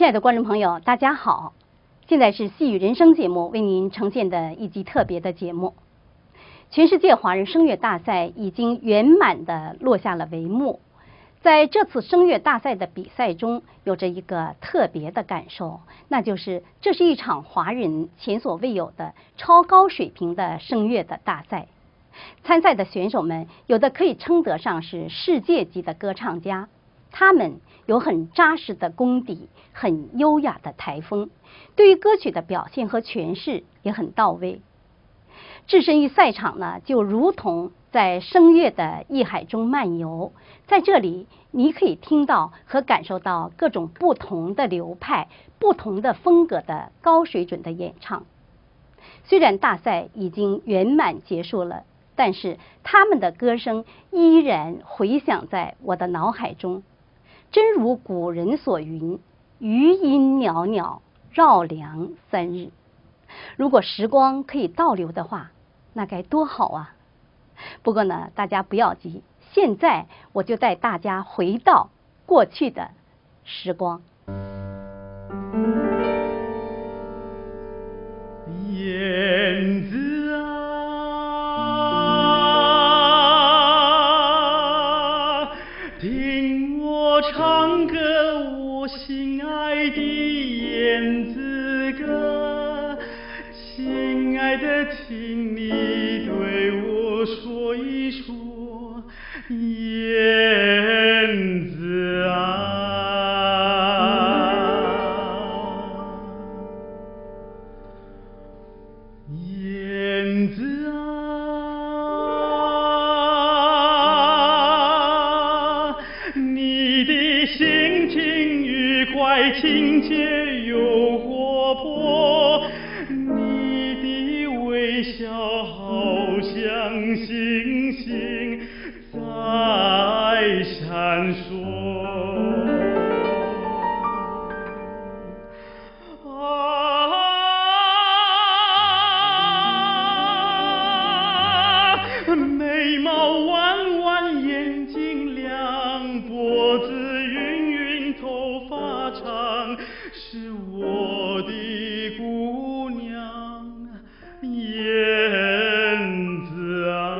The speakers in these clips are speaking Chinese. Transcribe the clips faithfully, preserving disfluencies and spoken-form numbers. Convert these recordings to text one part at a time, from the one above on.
亲爱的观众朋友，大家好！现在是《细语人生》节目为您呈现的一集特别的节目。全世界华人声乐大赛已经圆满地落下了帷幕。在这次声乐大赛的比赛中，有着一个特别的感受，那就是这是一场华人前所未有的超高水平的声乐的大赛。参赛的选手们，有的可以称得上是世界级的歌唱家。他们有很扎实的功底，很优雅的台风，对于歌曲的表现和诠释也很到位。置身于赛场呢，就如同在声乐的艺海中漫游。在这里，你可以听到和感受到各种不同的流派、不同的风格的高水准的演唱。虽然大赛已经圆满结束了，但是他们的歌声依然回响在我的脑海中。真如古人所云：“余音袅袅，绕梁三日。”如果时光可以倒流的话，那该多好啊！不过呢，大家不要急，现在我就带大家回到过去的时光。 燕子啊，听我唱歌，我心爱的燕子歌，亲爱的，请你对我说一说，燕子啊。燕子啊，你的心情愉快亲切又活泼，你的微笑好像星星在闪烁。眉毛弯弯，眼睛亮，脖子匀匀，头发长，是我的姑娘燕子啊。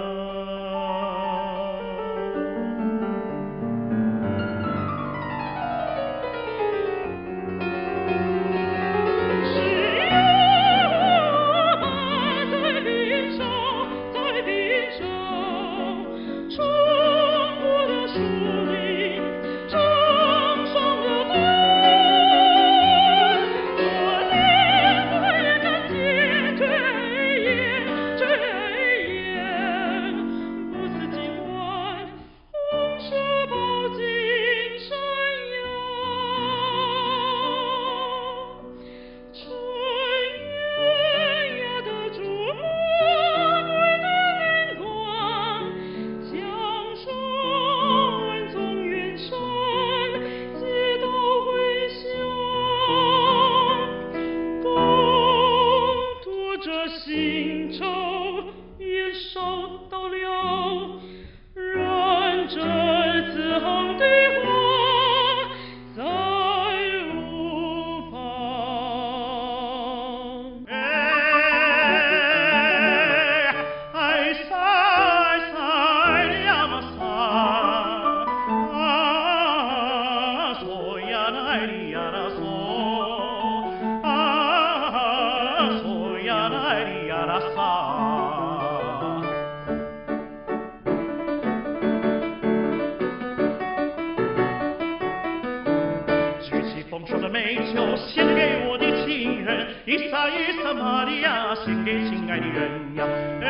美酒献给我的情人，伊莎伊莎玛利亚，献给亲爱的人呀。哎，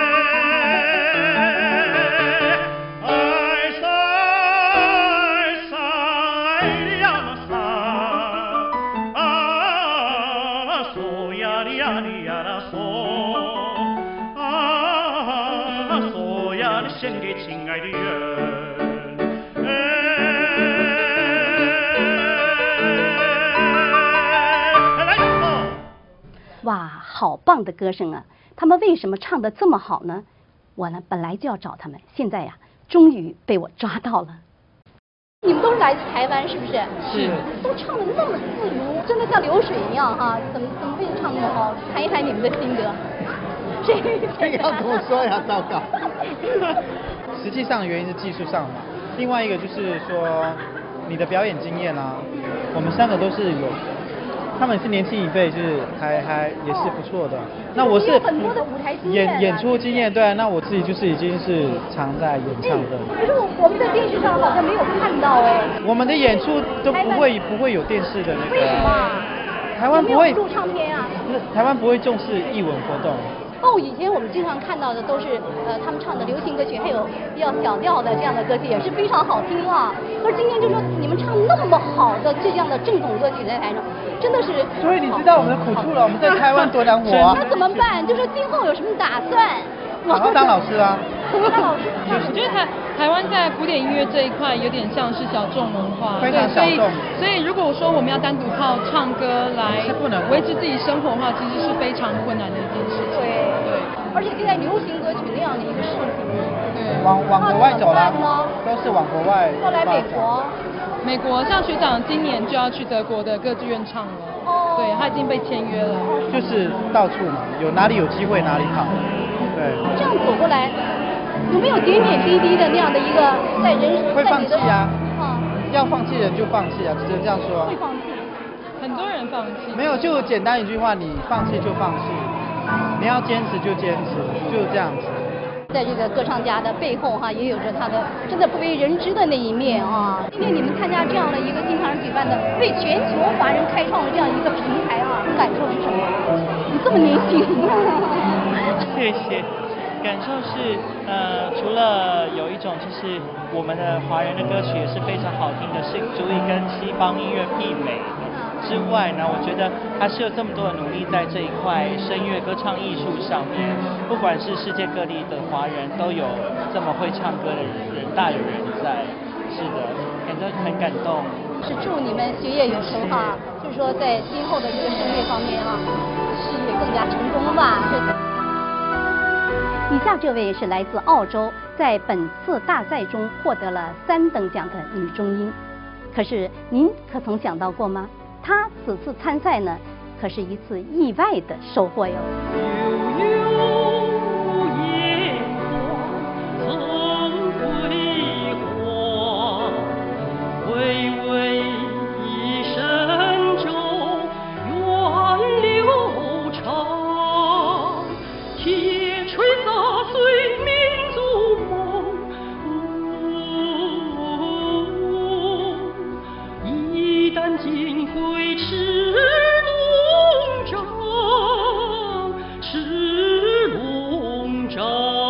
爱莎爱莎爱呀嘛莎，啊，索呀哩呀哩呀啦索，啊，索呀哩献给亲爱的人。 哇，好棒的歌声啊！他们为什么唱得这么好呢？我呢，本来就要找他们，现在呀，终于被我抓到了。你们都是来自台湾，是不是？ 是。 都唱得那么自如真的像流水一样哈、啊，怎么怎么会唱那么好？谈一谈你们的心得。谁？ 这要怎么说呀？糟糕。 实际上原因是技术上嘛，另外一个就是说你的表演经验啊，我们三个都是有。他们是年轻一辈，就是还还也是不错的。那我是很多的舞台经验、 演演出经验，对啊，那我自己就是已经是常在演唱的。 可是我们在电视上好像没有看到哎。 我们的演出都不会不会有电视的那个。 为什么？ 台湾不会录唱片啊。 台湾不会重视艺文活动。 哦，以前我们经常看到的都是呃他们唱的流行歌曲，还有比较小调的这样的歌曲，也是非常好听啊。而今天就说你们唱那么好的这样的正统歌曲在台上，真的是。 所以你知道我们的苦处了，我们在台湾多难活啊。 那怎么办？就说今后有什么打算？ 好好当老师啊。 当老师。 我觉得台台湾在古典音乐这一块有点像是小众文化， 非常小众。 所以如果说我们要单独靠唱歌来维持自己生活的话，其实是非常困难的一件事情。 对对。而且现在流行歌曲那样的一个事情， 对， 往往国外走了，都是往国外。 要来美国。 美国像学长今年就要去德国的歌剧院唱了，哦，对他已经被签约了。 就是到处嘛，有哪里有机会哪里跑。对。 这样走过来，有没有点点滴滴的那样的一个在人生会放弃啊？ 啊， 要放弃人就放弃啊，只能这样说。 会放弃。 很多人放弃。 没有，就简单一句话，你放弃就放弃，你要坚持就坚持，就这样子。 在这个歌唱家的背后哈，也有着他的真的不为人知的那一面啊。今天你们参加这样的一个新唐人举办的为全球华人开创的这样一个平台啊，感受是什么？你这么年轻。 谢谢。感受是，呃，除了有一种就是我们的华人的歌曲也是非常好听的，是足以跟西方音乐媲美之外呢，我觉得还是有这么多的努力在这一块声乐歌唱艺术上面，不管是世界各地的华人都有这么会唱歌的人大有人在，是的，感觉很感动。 是祝你们学业有成哈，就是说在今后的这个声乐方面啊，事业更加成功吧。以下这位是来自澳洲，在本次大赛中获得了三等奖的女中音。可是您可曾想到过吗？她此次参赛呢，可是一次意外的收获哟。 悠悠夜光曾辉煌，巍巍一神州远流长，铁锤砸碎民族梦，一旦金辉驰龙章，驰龙章。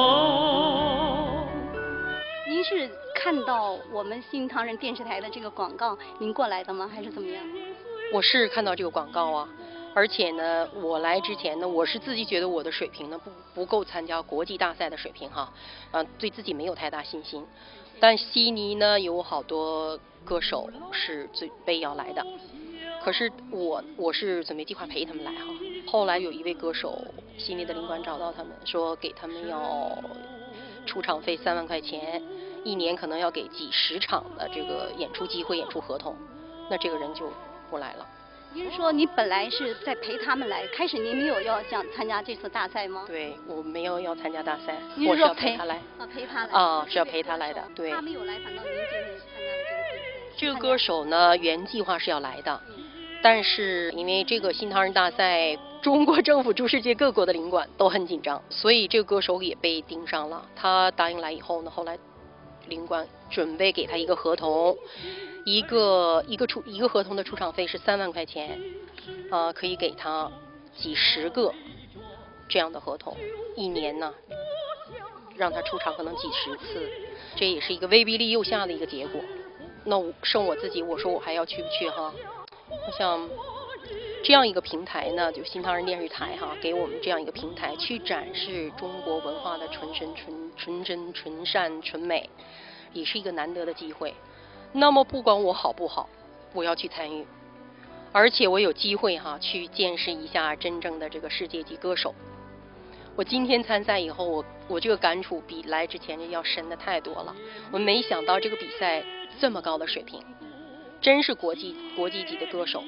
您是看到我们新唐人电视台的这个广告，您过来的吗？还是怎么样？ 我是看到这个广告啊。而且呢，我来之前呢，我是自己觉得我的水平呢不不够参加国际大赛的水平哈，嗯、呃，对自己没有太大信心。但悉尼呢有好多歌手是准备要来的，可是我我是准备计划陪他们来哈。后来有一位歌手，悉尼的领馆找到他们，说给他们要出场费三万块钱，一年可能要给几十场的这个演出机会、演出合同，那这个人就不来了。 您是说你本来是在陪他们来，开始您没有要想参加这次大赛吗？ 对，我没有要参加大赛， 我是要陪他来。 啊，陪他来。 啊，是要陪他来的，对。 他没有来，反倒您今天参加了这个。这个歌手呢，原计划是要来的，嗯、但是因为这个新唐人大赛，中国政府驻世界各国的领馆都很紧张，所以这个歌手也被盯上了。他答应来以后呢，后来领馆准备给他一个合同。一个一个出一个合同的出场费是三万块钱，呃，可以给他几十个这样的合同，一年呢，让他出场可能几十次，这也是一个威逼利诱下的一个结果。那我剩我自己，我说我还要去不去哈？我想这样一个平台呢，就新唐人电视台哈，给我们这样一个平台去展示中国文化的纯真、纯纯真、纯善、纯美，也是一个难得的机会。那么不管我好不好，我要去参与，而且我有机会哈去见识一下真正的这个世界级歌手。我今天参赛以后，我我这个感触比来之前要深的太多了。我没想到这个比赛这么高的水平，真是国际国际级的歌手，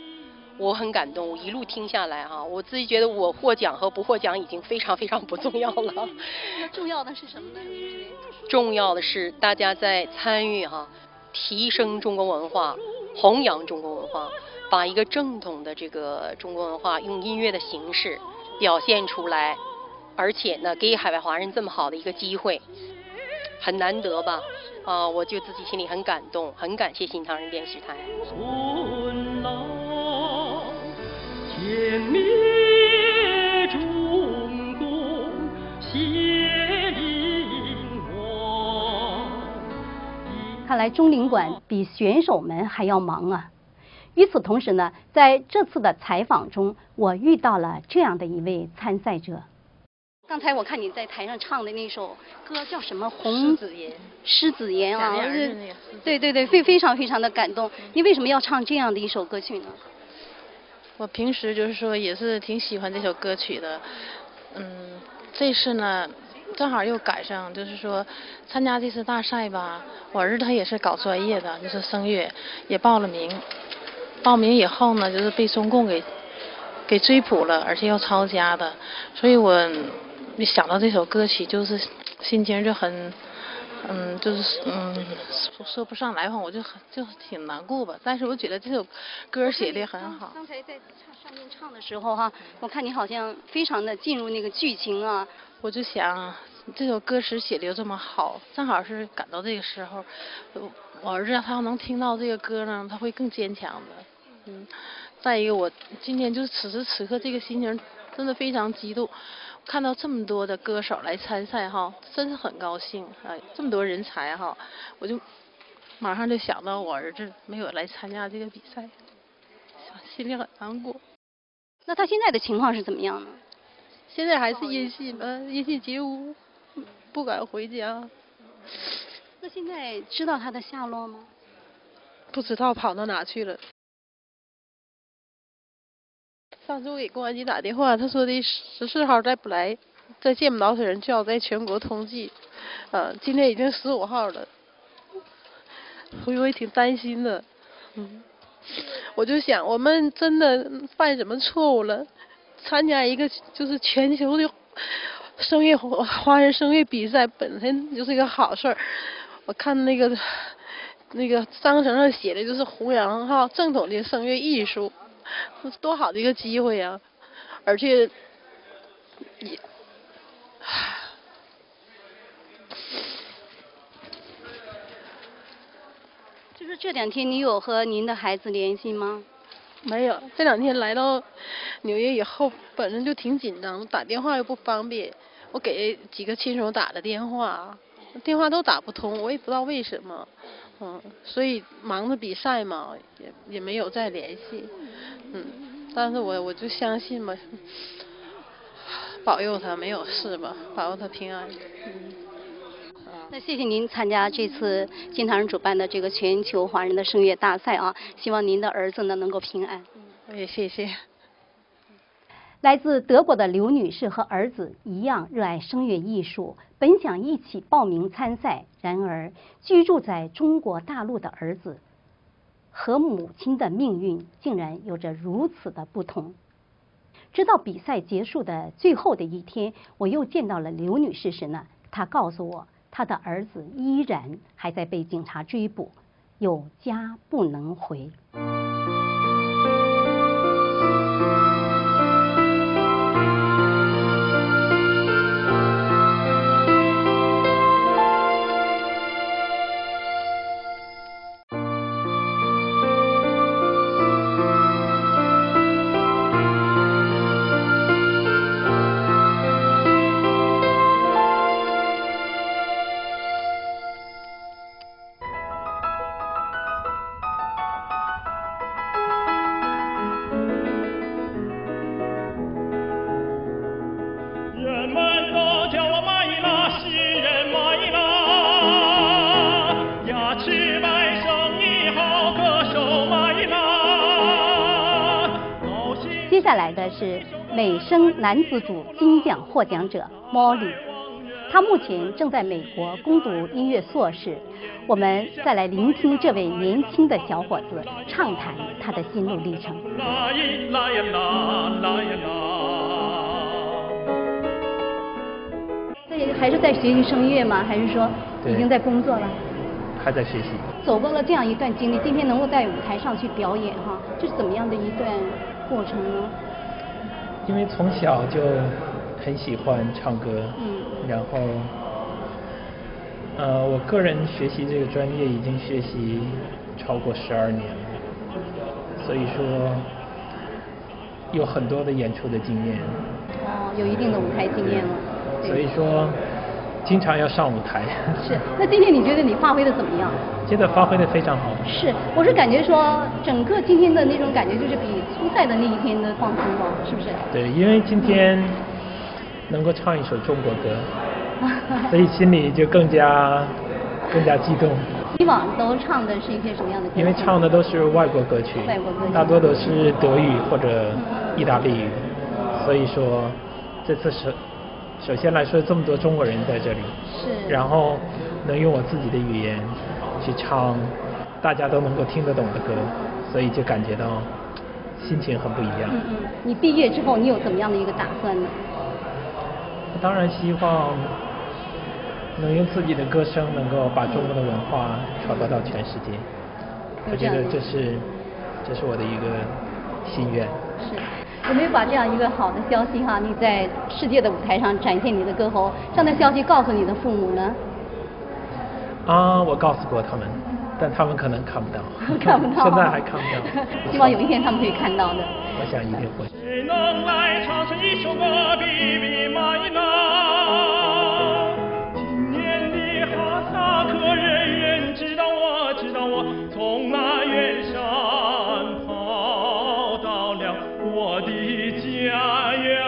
我很感动，我一路听下来哈，我自己觉得我获奖和不获奖已经非常非常不重要了。 那重要的是什么呢？ 重要的是大家在参与哈，提升中国文化，弘扬中国文化，把一个正统的这个中国文化用音乐的形式表现出来，而且呢，给海外华人这么好的一个机会，很难得吧？啊、呃，我就自己心里很感动，很感谢新唐人电视台。 春老歼灭中共血淋王。 看来中领馆比选手们还要忙啊！与此同时呢，在这次的采访中，我遇到了这样的一位参赛者。刚才我看你在台上唱的那首歌叫什么？红狮子岩。 狮子岩啊， 我是对对对，非非常非常的感动。你为什么要唱这样的一首歌曲呢？ 我平时就是说也是挺喜欢这首歌曲的，嗯，这次呢正好又赶上，就是说参加这次大赛吧。我儿子他也是搞专业的，就是声乐，也报了名。报名以后呢，就是被中共给给追捕了，而且要抄家的，所以我一想到这首歌曲，就是心情就很，嗯，就是嗯说不上来吧，我就很就挺难过吧。但是我觉得这首歌写的很好。 刚才在上面唱的时候哈，我看你好像非常的进入那个剧情啊。 我就想这首歌词写的又这么好，正好是赶到这个时候，我儿子他要能听到这个歌呢，他会更坚强的。嗯，再一个，我今天就是此时此刻这个心情真的非常激动，看到这么多的歌手来参赛哈，真是很高兴啊！这么多人才哈，我就马上就想到我儿子没有来参加这个比赛，心里很难过。 那他现在的情况是怎么样呢？ 现在还是音信吧，音信皆无，不敢回家。 那现在知道他的下落吗？ 不知道跑到哪去了。上次我给公安局打电话，他说的十四号再不来，再见不着他人就要在全国通缉。呃，今天已经十五号了，所以我也挺担心的。嗯，我就想，我们真的犯什么错误了？参加一个就是全球的声乐华人声乐比赛，本身就是一个好事儿。我看那个那个章程上写的就是弘扬哈正统的声乐艺术，多好的一个机会呀、啊！而且也， 就是这两天你有和您的孩子联系吗？ 没有，这两天来到纽约以后，本身就挺紧张，打电话又不方便，我给几个亲属打的电话，电话都打不通，我也不知道为什么，嗯，所以忙着比赛嘛，也也没有再联系，嗯，但是我我就相信嘛，保佑他没有事吧，保佑他平安，嗯。 那谢谢您参加这次新唐人主办的这个全球华人的声乐大赛啊，希望您的儿子呢能够平安。 我也谢谢。 来自德国的刘女士和儿子一样热爱声乐艺术，本想一起报名参赛，然而居住在中国大陆的儿子和母亲的命运竟然有着如此的不同。直到比赛结束的最后的一天，我又见到了刘女士时呢，她告诉我，她的儿子依然还在被警察追捕，有家不能回。接下来的是美声男子组金奖获奖者 Molly。 他目前正在美国攻读音乐硕士。我们再来聆听这位年轻的小伙子畅谈他的心路历程。这还是在学习声乐吗？还是说已经在工作了？ 还在学习。 走过了这样一段经历，今天能够在舞台上去表演哈，这是怎么样的一段过程呢？ 因为从小就很喜欢唱歌， 嗯， 然后，呃，我个人学习这个专业已经学习超过十二年了，所以说有很多的演出的经验。 哦，有一定的舞台经验了。 所以说，经常要上舞台。 是，那今天你觉得你发挥的怎么样？ 觉得发挥的非常好。 是，我是感觉说，整个今天的那种感觉就是比初赛的那一天的放松了，是不是？ 对，因为今天能够唱一首中国歌，所以心里就更加更加激动。 以往都唱的是一些什么样的歌曲？ 因为唱的都是外国歌曲， 外国歌曲大多都是德语或者意大利语，所以说这次是。首先来说，这么多中国人在这里， 是， 然后能用我自己的语言去唱大家都能够听得懂的歌，所以就感觉到心情很不一样。 嗯嗯，你毕业之后你有怎么样的一个打算呢？ 当然希望能用自己的歌声能够把中国的文化传播到全世界。我觉得这是这是我的一个心愿。 是。有没有把这样一个好的消息哈，你在世界的舞台上展现你的歌喉，这样的消息告诉你的父母呢？ 啊，我告诉过他们，但他们可能看不到， 看不到， 现在还看不到。 希望有一天他们可以看到的。 我想一定会。 谁能来唱出一首歌，比比马伊娜？今年的哈萨克人人知道我，知道我从那远山跑到了我的家园。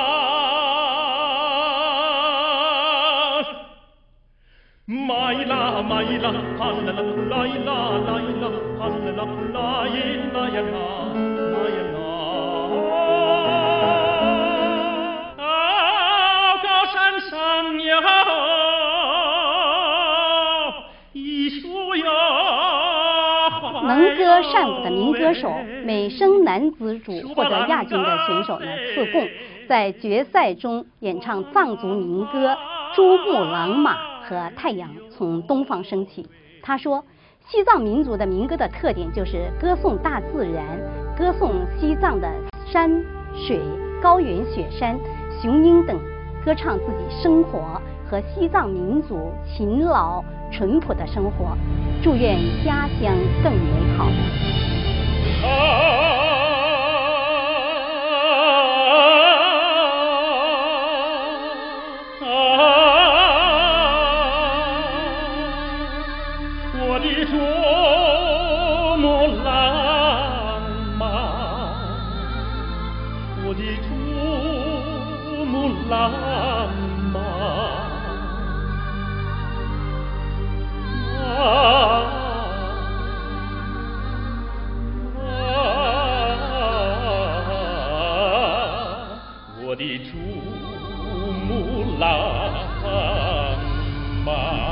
马伊拉，马伊拉，哈啦啦呼啦伊拉，啦伊拉，哈啦啦呼啦伊拉呀啦，啦呀啦。啊，高山上有一树哟。 能歌善舞的民歌手、美声男子组获得亚军的选手呢，次贡在决赛中演唱藏族民歌《珠穆朗玛》和《太阳从东方升起》。他说，西藏民族的民歌的特点就是歌颂大自然，歌颂西藏的山水、高原、雪山、雄鹰等，歌唱自己生活和西藏民族勤劳淳朴的生活，祝愿家乡更美好。 我的珠穆朗玛，我的珠穆朗玛。啊我的珠穆朗玛。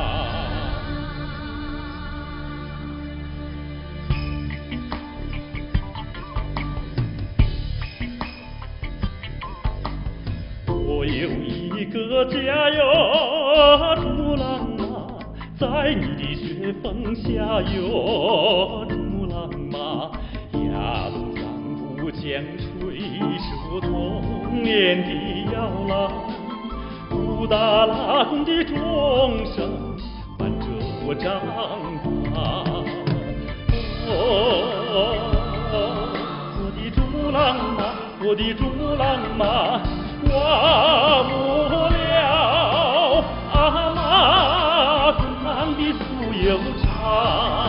我有一个家哟，珠穆朗玛，在你的雪峰下哟，珠穆朗玛，阳光不将吹出童年的摇篮，布达拉宫的钟声伴着我长大。哦，我的珠穆朗玛，我的珠穆朗玛，忘不了阿玛尊郎的酥油茶，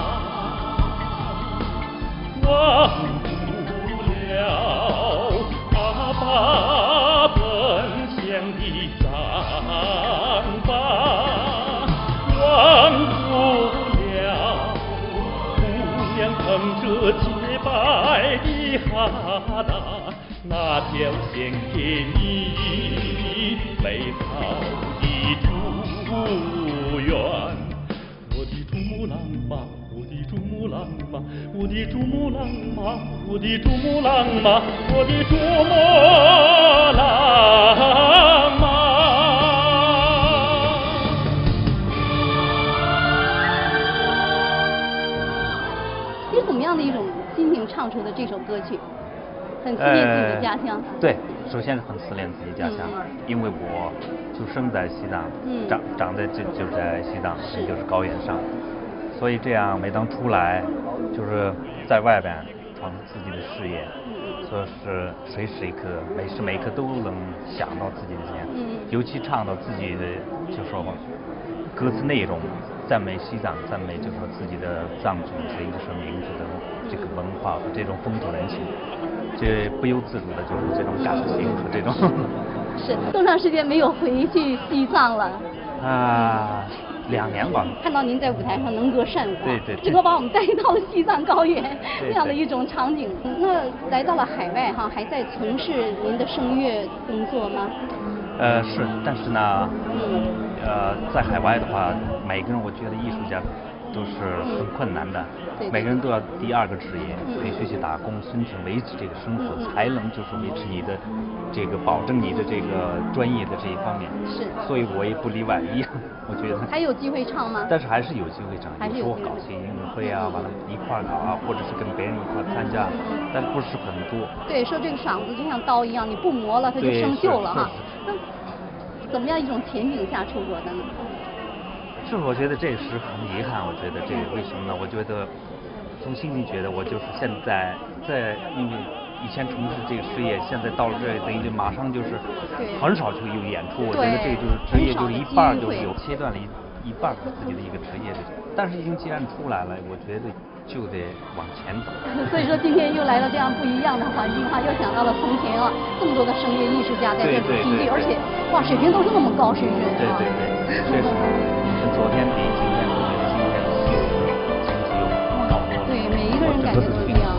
忘不了阿爸奔向的毡房，忘不了姑娘捧着洁白的哈达，那条献给你美好的祝不远。我的珠穆朗玛，我的珠穆朗玛，我的珠穆朗玛，我的珠穆朗玛，我的珠穆朗玛。 你怎么样的一种心情唱出的这首歌曲？很思念自己的家乡。 呃、对，首先很思念自己家乡，嗯、因为我就生在西藏，嗯、长长在就就在西藏，就是高原上，所以这样每当出来，就是在外边闯自己的事业，嗯、所以是随时一刻、每时每刻都能想到自己的家乡，嗯、尤其唱到自己的，就说歌词内容。赞美西藏，赞美就是说自己的藏族这一个是民族的这个文化和这种风土人情，这不由自主的就是这种感情和这种。 是多长时间没有回去西藏了？ 啊、呃，两年吧。 看到您在舞台上能歌善舞， 对对， 这个把我们带到了西藏高原这样的一种场景。那来到了海外哈，还在从事您的声乐工作吗？ 呃是，但是呢，嗯、呃，在海外的话，每个人我觉得艺术家都是很困难的，嗯、每个人都要第二个职业，嗯、必须去打工，甚至维持这个生活，嗯、才能就是维持你的这个保证你的这个专业的这一方面。 是， 所以我也不例外一样，我觉得。 还有机会唱吗？ 但是还是有机会唱， 还是有时候搞些音乐会啊，完了一块搞啊，或者是跟别人一块参加，但不是很多。 对，说这个嗓子就像刀一样，你不磨了它就生锈了哈。那怎么样一种前景下出国的呢？ 是，我觉得这是很遗憾。我觉得这个为什么呢？我觉得从心里觉得我就是现在在，因为以前从事这个事业，现在到了这里等于就马上就是很少就有演出。我觉得这个就是职业就是一半就是有切断了一一半自己的一个职业的。但是已经既然出来了，我觉得就得往前走。 所以说今天又来到这样不一样的环境哈，又想到了从前啊，这么多的声乐艺术家在这里集聚，而且哇水平都是那么高，是不是？ 对对对，确实，跟昨天比今天，我觉得今天又成绩又高多了。 对，每一个人感觉都不一样。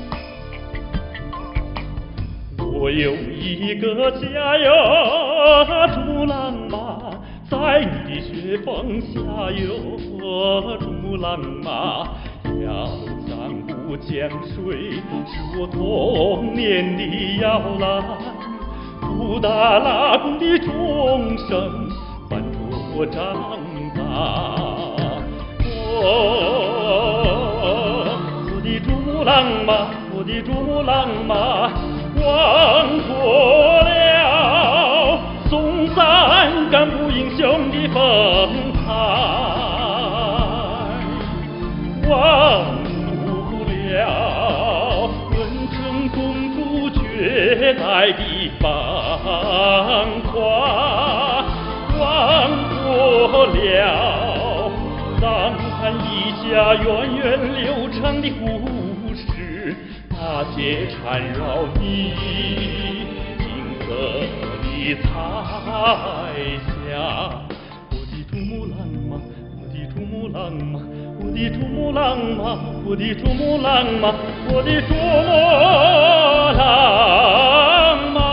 我有一个家呀，珠穆朗玛，在你的雪峰下哟，珠穆朗玛。遥藏不江水，是我童年的摇篮。布达拉宫的钟声伴着我长大。哦，我的珠穆朗玛，我的珠穆朗玛，忘过了嵩山干部英雄的风采。忘不了文成公主绝代的芳华，忘不了藏汉一家源远流长的故事，那些缠绕你金色的彩霞。我的珠穆朗玛，我的珠穆朗玛，我的珠穆朗玛，我的珠穆朗玛，我的珠穆朗玛。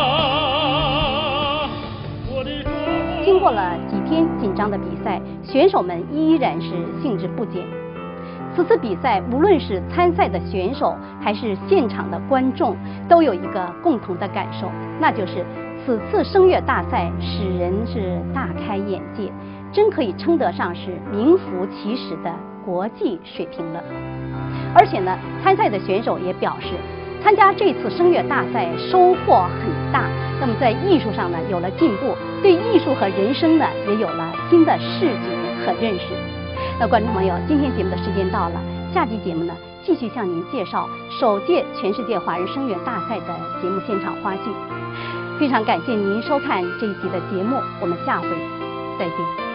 经过了几天紧张的比赛，选手们依然是兴致不减。此次比赛，无论是参赛的选手，还是现场的观众，都有一个共同的感受，那就是此次声乐大赛使人是大开眼界，真可以称得上是名副其实的国际水平了。而且呢，参赛的选手也表示，参加这次声乐大赛收获很大，那么在艺术上呢有了进步，对艺术和人生呢也有了新的视觉和认识。那观众朋友，今天节目的时间到了，下期节目呢继续向您介绍首届全世界华人声乐大赛的节目现场花絮。非常感谢您收看这一集的节目，我们下回再见。